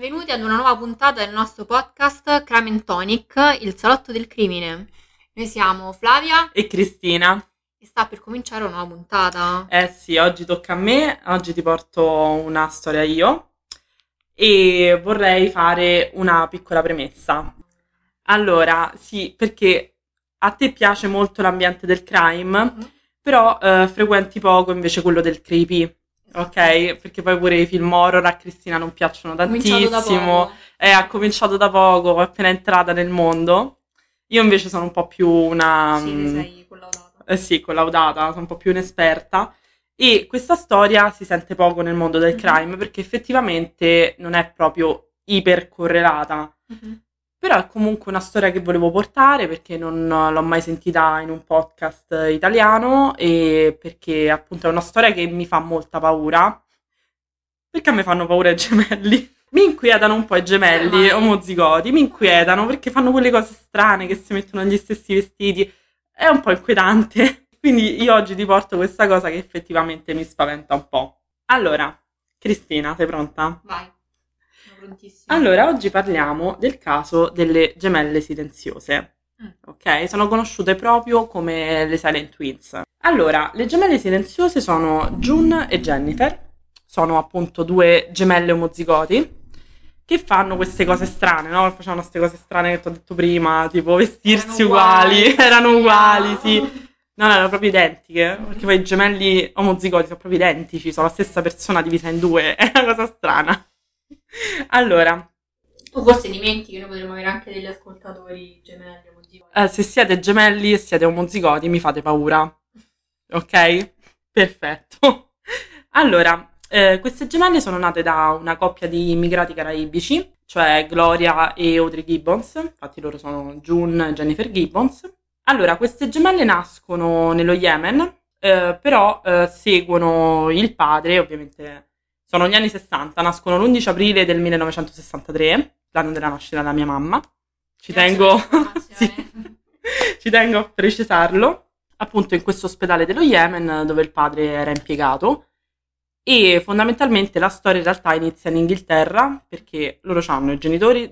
benvenuti ad una nuova puntata del nostro podcast Crime and Tonic, il salotto del crimine. Noi siamo Flavia e Cristina. e sta per cominciare una nuova puntata. Sì, oggi tocca a me, oggi ti porto una storia io e vorrei fare una piccola premessa. Allora, sì, perché a te piace molto l'ambiente del crime, però frequenti poco invece quello del creepy. Ok, perché poi pure i film horror a Cristina non piacciono Cominciato da tantissimo. poco. Ha cominciato da poco, è appena entrata nel mondo. Io invece sono un po' più una... Sì, ne sei collaudata. sì, collaudata, sono un po' più un'esperta. E questa storia si sente poco nel mondo del crime perché effettivamente non è proprio iper correlata. Però è comunque una storia che volevo portare perché non l'ho mai sentita in un podcast italiano e perché appunto è una storia che mi fa molta paura. Perché a me fanno paura i gemelli. Mi inquietano un po' i gemelli omozigoti, mi inquietano perché fanno quelle cose strane che si mettono negli stessi vestiti. È un po' inquietante. Quindi io oggi ti porto questa cosa che effettivamente mi spaventa un po'. Allora, Cristina, sei pronta? Vai, sono prontissima. Allora, oggi parliamo del caso delle gemelle silenziose. Ok? Sono conosciute proprio come le Silent Twins. Allora, le gemelle silenziose sono June e Jennifer. Sono appunto due gemelle omozigoti che fanno queste cose strane, no? Facevano queste cose strane che ti ho detto prima, tipo vestirsi uguali. Erano uguali, sì. No, erano proprio identiche, perché poi i gemelli omozigoti sono proprio identici, sono la stessa persona divisa in due, è una cosa strana. Allora, Tu forse dimentichi che noi potremmo avere anche degli ascoltatori gemelli omozigoti. se siete gemelli e siete omozigoti mi fate paura, ok? Perfetto. Allora, queste gemelle sono nate da una coppia di immigrati caraibici, cioè Gloria e Audrey Gibbons, infatti loro sono June e Jennifer Gibbons. Allora, queste gemelle nascono nello Yemen, però seguono il padre, ovviamente sono gli anni 60, nascono l'11 aprile del 1963, l'anno della nascita della mia mamma. Ci tengo, sì, ci tengo a precisarlo, appunto in questo ospedale dello Yemen dove il padre era impiegato. E fondamentalmente la storia in realtà inizia in Inghilterra perché loro hanno i genitori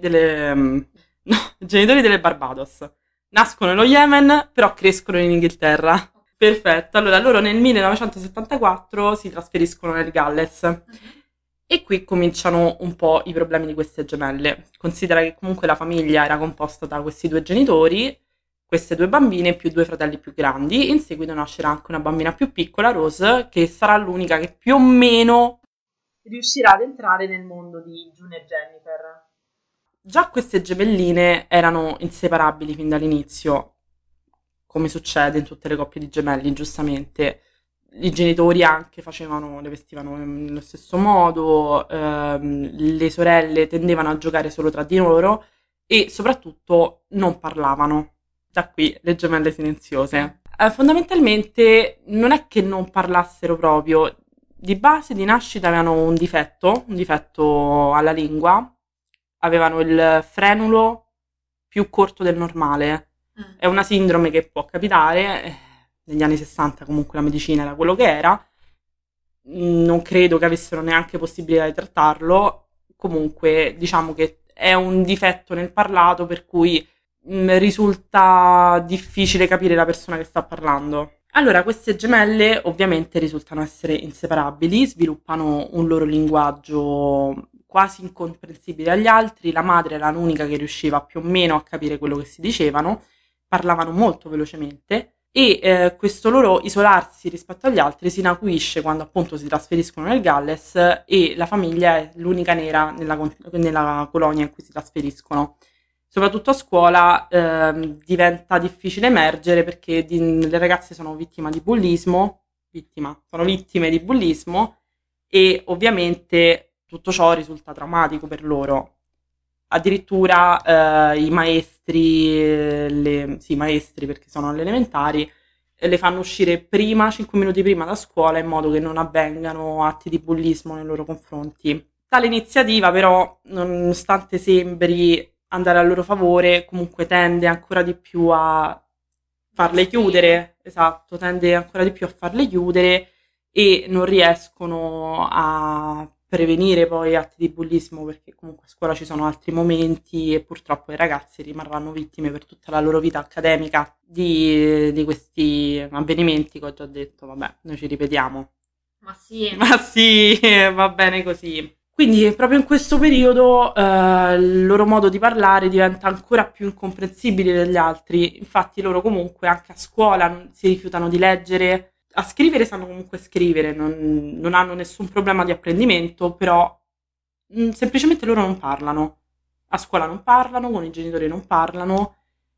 i genitori delle Barbados. Nascono nello Yemen, però crescono in Inghilterra. Perfetto, allora loro nel 1974 si trasferiscono nel Galles. E qui cominciano un po' i problemi di queste gemelle. Considera che comunque la famiglia era composta da questi due genitori, queste due bambine più due fratelli più grandi. In seguito nascerà anche una bambina più piccola, Rose, che sarà l'unica che più o meno riuscirà ad entrare nel mondo di June e Jennifer. Già queste gemelline erano inseparabili fin dall'inizio, come succede in tutte le coppie di gemelli, giustamente. I genitori anche le vestivano nello stesso modo, le sorelle tendevano a giocare solo tra di loro e soprattutto non parlavano. Da qui le gemelle silenziose. Fondamentalmente non è che non parlassero proprio, di base di nascita avevano un difetto alla lingua, avevano il frenulo più corto del normale. È una sindrome che può capitare, negli anni 60 comunque la medicina era quello che era, non credo che avessero neanche possibilità di trattarlo, comunque diciamo che è un difetto nel parlato per cui risulta difficile capire la persona che sta parlando. Allora, queste gemelle ovviamente risultano essere inseparabili, sviluppano un loro linguaggio quasi incomprensibile agli altri, la madre era l'unica che riusciva più o meno a capire quello che si dicevano, parlavano molto velocemente e questo loro isolarsi rispetto agli altri si inacuisce quando appunto si trasferiscono nel Galles e la famiglia è l'unica nera nella colonia in cui si trasferiscono. Soprattutto a scuola diventa difficile emergere perché le ragazze sono vittime di bullismo e ovviamente tutto ciò risulta traumatico per loro. Addirittura i maestri, sì, maestri perché sono alle elementari, le fanno uscire prima, 5 minuti prima da scuola in modo che non avvengano atti di bullismo nei loro confronti. Tale iniziativa però, nonostante sembri andare a loro favore, comunque tende ancora di più a farle chiudere, tende ancora di più a farle chiudere e non riescono a prevenire poi atti di bullismo, perché comunque a scuola ci sono altri momenti e purtroppo i ragazzi rimarranno vittime per tutta la loro vita accademica di questi avvenimenti che ho già detto. Vabbè, noi ci ripetiamo. Ma sì. Ma sì, va bene così. Quindi proprio in questo periodo il loro modo di parlare diventa ancora più incomprensibile degli altri. Infatti loro comunque anche a scuola si rifiutano di leggere. A scrivere sanno comunque scrivere, non hanno nessun problema di apprendimento, però semplicemente loro non parlano. A scuola non parlano, con i genitori non parlano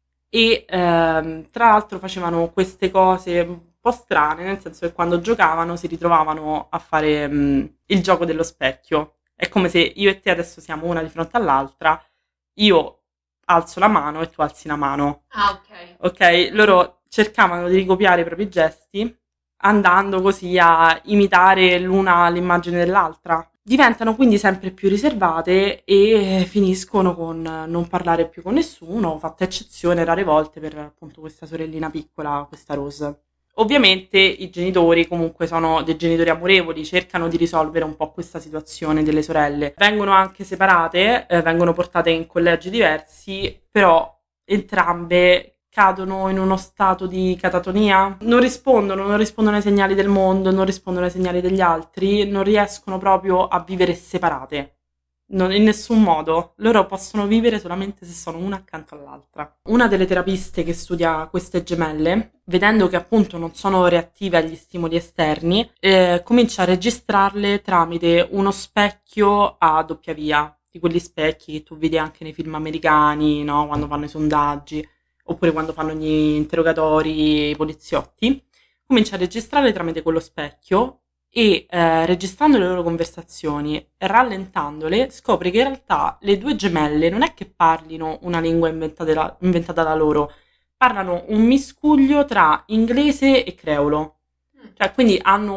e tra l'altro facevano queste cose un po' strane, nel senso che quando giocavano si ritrovavano a fare il gioco dello specchio. È come se io e te adesso siamo una di fronte all'altra, io alzo la mano e tu alzi la mano. Ah, ok. Ok? Loro cercavano di ricopiare i propri gesti andando così a imitare l'una l'immagine dell'altra. Diventano quindi sempre più riservate e finiscono con non parlare più con nessuno, fatta eccezione rare volte per appunto questa sorellina piccola, questa Rose. Ovviamente i genitori comunque sono dei genitori amorevoli, cercano di risolvere un po' questa situazione delle sorelle. Vengono anche separate, vengono portate in collegi diversi, però entrambe cadono in uno stato di catatonia, non rispondono ai segnali del mondo, non rispondono ai segnali degli altri, non riescono proprio a vivere separate. In nessun modo. Loro possono vivere solamente se sono una accanto all'altra. Una delle terapiste che studia queste gemelle, vedendo che appunto non sono reattive agli stimoli esterni, comincia a registrarle tramite uno specchio a doppia via, di quegli specchi che tu vedi anche nei film americani, no? Quando fanno i sondaggi oppure quando fanno gli interrogatori i poliziotti, comincia a registrare tramite quello specchio e registrando le loro conversazioni, rallentandole, scopre che in realtà le due gemelle non è che parlino una lingua inventata da loro, parlano un miscuglio tra inglese e creolo. Cioè, quindi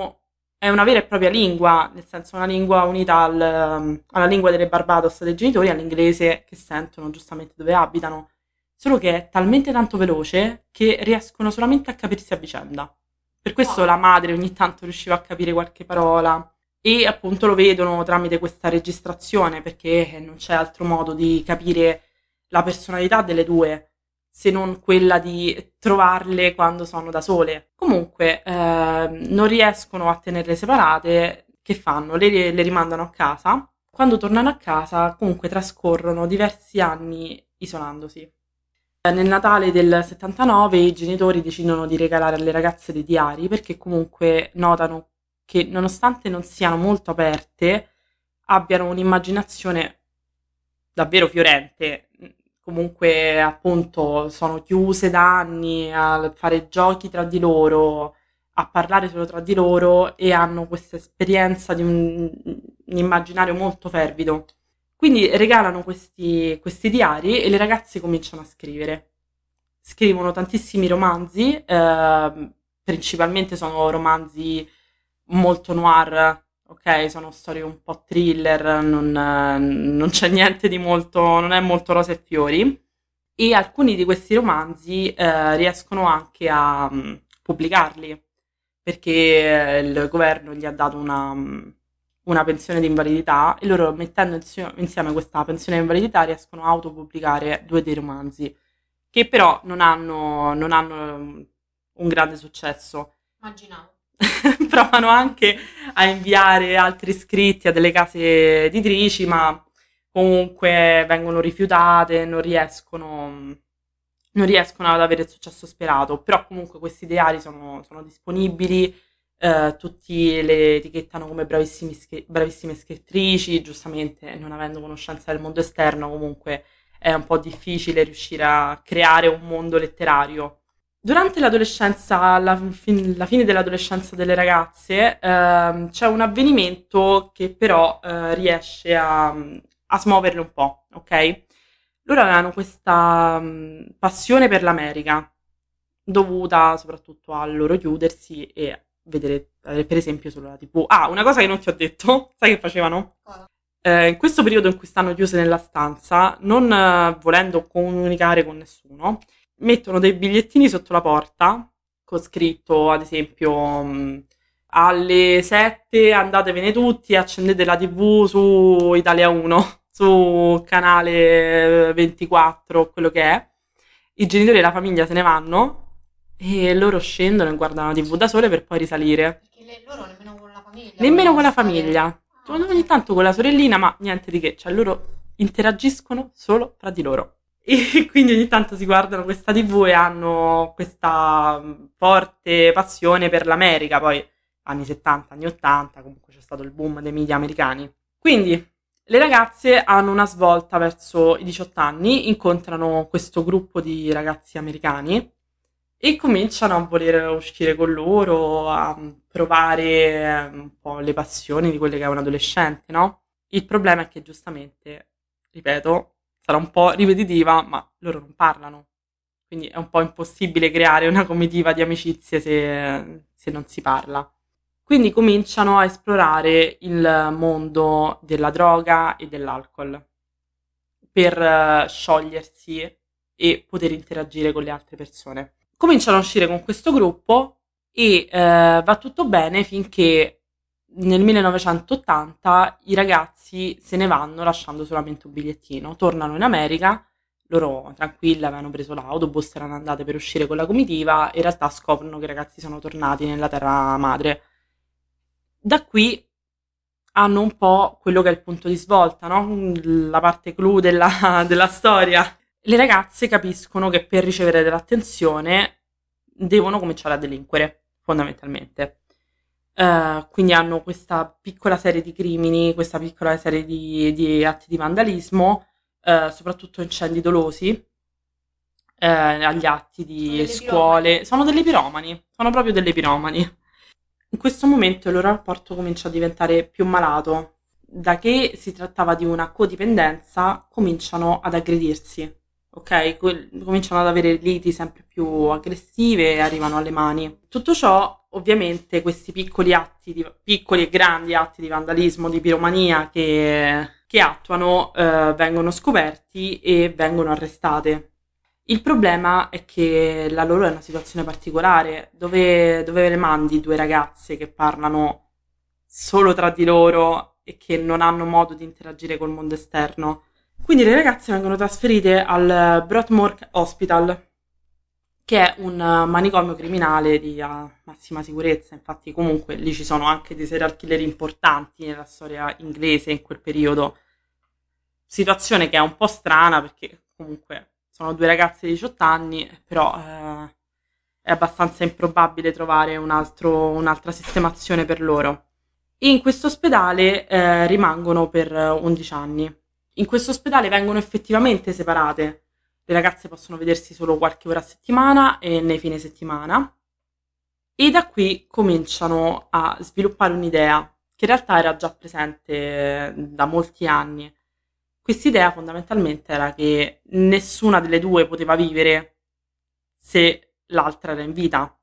è una vera e propria lingua, nel senso una lingua unita alla lingua delle Barbados dei genitori, all'inglese che sentono giustamente dove abitano. Solo che è talmente tanto veloce che riescono solamente a capirsi a vicenda. Per questo Wow. la madre ogni tanto riusciva a capire qualche parola e appunto lo vedono tramite questa registrazione perché non c'è altro modo di capire la personalità delle due se non quella di trovarle quando sono da sole. Comunque non riescono a tenerle separate, che fanno? Le rimandano a casa. Quando tornano a casa comunque trascorrono diversi anni isolandosi. Nel Natale del 79 i genitori decidono di regalare alle ragazze dei diari perché comunque notano che nonostante non siano molto aperte, abbiano un'immaginazione davvero fiorente. Comunque appunto sono chiuse da anni a fare giochi tra di loro, a parlare solo tra di loro e hanno questa esperienza di un immaginario molto fervido. Quindi regalano questi diari e le ragazze cominciano a scrivere. Scrivono tantissimi romanzi, principalmente sono romanzi molto noir, ok? Sono storie un po' thriller, non c'è niente di molto, non è molto rose e fiori. E alcuni di questi romanzi riescono anche a pubblicarli perché il governo gli ha dato una pensione di invalidità e loro mettendo insieme questa pensione di invalidità riescono a autopubblicare due dei romanzi che però non hanno un grande successo. Immaginavo. Provano anche a inviare altri scritti a delle case editrici, ma comunque vengono rifiutate, non riescono ad avere il successo sperato. Però comunque questi diari sono disponibili, tutti le etichettano come bravissime scrittrici, giustamente non avendo conoscenza del mondo esterno comunque è un po' difficile riuscire a creare un mondo letterario. Durante l'adolescenza, la fine dell'adolescenza delle ragazze, c'è un avvenimento che però riesce a smuoverle un po', ok? Loro avevano questa passione per l'America, dovuta soprattutto al loro chiudersi e vedere, per esempio, solo la TV. Ah, una cosa che non ti ho detto, sai che facevano? Cosa? In questo periodo in cui stanno chiuse nella stanza, non volendo comunicare con nessuno, mettono dei bigliettini sotto la porta con scritto, ad esempio, alle 7 andatevene tutti, accendete la TV su Italia 1, su canale 24, quello che è. I genitori e la famiglia se ne vanno e loro scendono e guardano la TV da sole per poi risalire. Perché loro nemmeno con la famiglia Nemmeno volevano con la stare. famiglia. Ah, Ogni tanto con la sorellina, ma niente di che. Cioè loro interagiscono solo tra di loro. E quindi ogni tanto si guardano questa TV e hanno questa forte passione per l'America. Poi anni 70, anni 80, comunque c'è stato il boom dei media americani. Quindi le ragazze hanno una svolta verso i 18 anni, incontrano questo gruppo di ragazzi americani e cominciano a voler uscire con loro, a provare un po' le passioni di quelle che è un adolescente, no? Il problema è che giustamente, ripeto, sarà un po' ripetitiva, ma loro non parlano. Quindi è un po' impossibile creare una comitiva di amicizie se non si parla. Quindi cominciano a esplorare il mondo della droga e dell'alcol per sciogliersi e poter interagire con le altre persone. Cominciano a uscire con questo gruppo e va tutto bene finché nel 1980 i ragazzi se ne vanno lasciando solamente un bigliettino, tornano in America, loro tranquilli avevano preso l'autobus, erano andate per uscire con la comitiva e in realtà scoprono che i ragazzi sono tornati nella terra madre. Da qui hanno un po' quello che è il punto di svolta, no? La parte clou della storia. Le ragazze capiscono che per ricevere dell'attenzione devono cominciare a delinquere, fondamentalmente. Quindi hanno questa piccola serie di crimini, questa piccola serie di atti di vandalismo, soprattutto incendi dolosi, agli atti sono di delle scuole. piromani. Sono delle piromani, sono proprio delle piromani. In questo momento il loro rapporto comincia a diventare più malato. Da che si trattava di una codipendenza, cominciano ad aggredirsi, ok? Cominciano ad avere liti sempre più aggressive e arrivano alle mani. Tutto ciò, ovviamente, questi piccoli e grandi atti di vandalismo, di piromania che attuano, vengono scoperti e vengono arrestate. Il problema è che la loro è una situazione particolare, dove le mandi due ragazze che parlano solo tra di loro e che non hanno modo di interagire col mondo esterno. Quindi le ragazze vengono trasferite al Broadmoor Hospital, che è un manicomio criminale di massima sicurezza. Infatti comunque lì ci sono anche dei serial killer importanti nella storia inglese in quel periodo. Situazione che è un po' strana perché comunque sono due ragazze di 18 anni, però è abbastanza improbabile trovare un'altra sistemazione per loro. In questo ospedale rimangono per 11 anni. In questo ospedale vengono effettivamente separate. Le ragazze possono vedersi solo qualche ora a settimana e nei fine settimana. E da qui cominciano a sviluppare un'idea che in realtà era già presente da molti anni. Quest'idea fondamentalmente era che nessuna delle due poteva vivere se l'altra era in vita,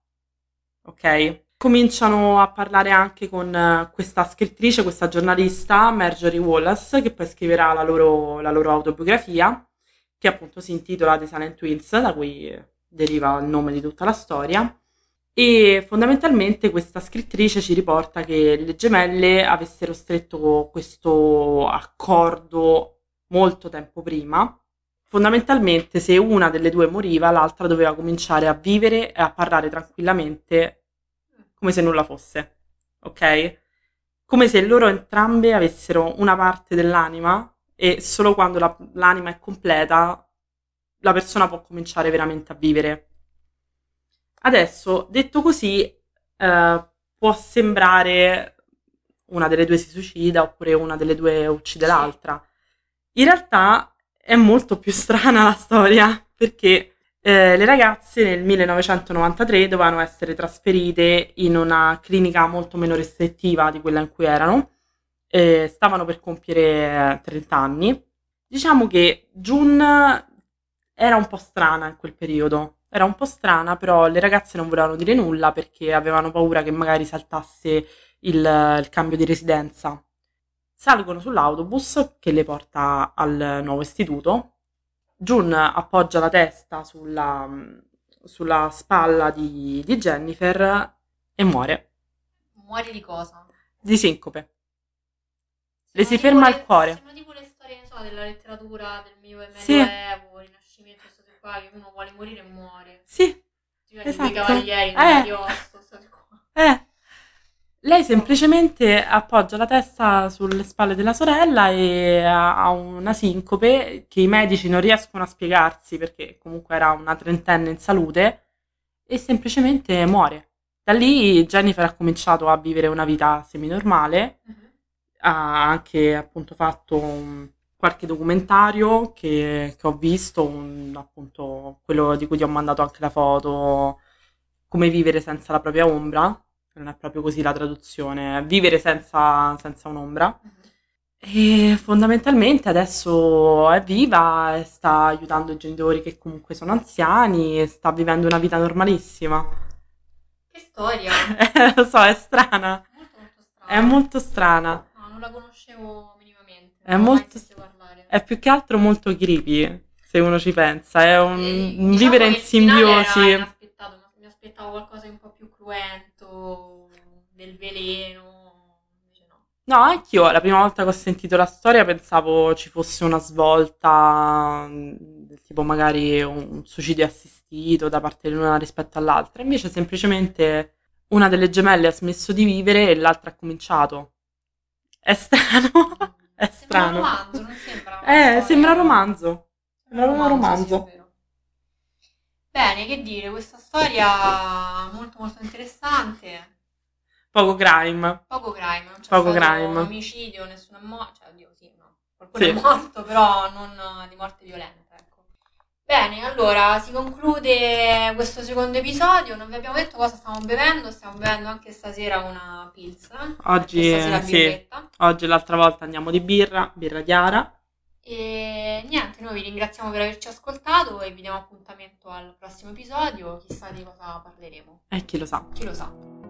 ok? Cominciano a parlare anche con questa scrittrice, questa giornalista, Marjorie Wallace, che poi scriverà la loro autobiografia, che appunto si intitola The Silent Twins, da cui deriva il nome di tutta la storia. E fondamentalmente questa scrittrice ci riporta che le gemelle avessero stretto questo accordo molto tempo prima. Fondamentalmente, se una delle due moriva, l'altra doveva cominciare a vivere e a parlare tranquillamente come se nulla fosse, ok? Come se loro entrambe avessero una parte dell'anima e solo quando l'anima è completa la persona può cominciare veramente a vivere. Adesso, detto così, può sembrare una delle due si suicida oppure una delle due uccide Sì. l'altra. In realtà è molto più strana la storia perché le ragazze nel 1993 dovevano essere trasferite in una clinica molto meno restrittiva di quella in cui erano. Stavano per compiere 30 anni. Diciamo che June era un po' strana in quel periodo. Era un po' strana, però le ragazze non volevano dire nulla perché avevano paura che magari saltasse il cambio di residenza. Salgono sull'autobus che le porta al nuovo istituto. June appoggia la testa sulla spalla di Jennifer e muore. Muori di cosa? Di sincope. Le si Sembrano ferma tipo il cuore. sembrano tipo le storie, non so, della letteratura del Sì, Medioevo, Rinascimento, queste cose qua, che uno vuole morire e muore. sì, Tipo i due esatto. cavalieri, due Ariosto, queste cose qua. Lei semplicemente appoggia la testa sulle spalle della sorella e ha una sincope che i medici non riescono a spiegarsi perché comunque era una trentenne in salute e semplicemente muore. Da lì Jennifer ha cominciato a vivere una vita seminormale, Mhm. ha anche appunto fatto qualche documentario che ho visto, appunto quello di cui ti ho mandato anche la foto, come vivere senza la propria ombra, non è proprio così la traduzione, è vivere senza un'ombra. Mhm. E fondamentalmente adesso è viva e sta aiutando i genitori che comunque sono anziani e sta vivendo una vita normalissima. Che storia! Lo so, è strana. Molto molto È strana. molto strana. No, non la conoscevo minimamente, non È avevo mai molto. sentito parlare. È più che altro molto creepy, se uno ci pensa. È un vivere Diciamo che in il finale era simbiosi. inaspettato, ma mi aspettavo qualcosa di un po' più cruento, del veleno, invece no. No, anch'io la prima volta che ho sentito la storia pensavo ci fosse una svolta, del tipo magari un suicidio assistito da parte di una rispetto all'altra. Invece semplicemente una delle gemelle ha smesso di vivere e l'altra ha cominciato. È strano, è Sembra un strano. romanzo, non sembra una storia. Sembra romanzo. Sembra un Sembra un romanzo, sì, è romanzo. vero. Bene, che dire, questa storia molto molto interessante. Poco crime. Poco crime, non c'è Poco stato un crime. omicidio, nessuno è morto, cioè oddio sì, no, qualcuno è Sì. morto, però non di morte violenta, ecco. Bene, allora si conclude questo secondo episodio, non vi abbiamo detto cosa stiamo bevendo anche stasera una Pils, Oggi, stasera sì. birretta. Oggi l'altra volta andiamo di birra chiara. E niente, noi vi ringraziamo per averci ascoltato e vi diamo appuntamento al prossimo episodio, chissà di cosa parleremo, E chi lo sa. chi lo sa.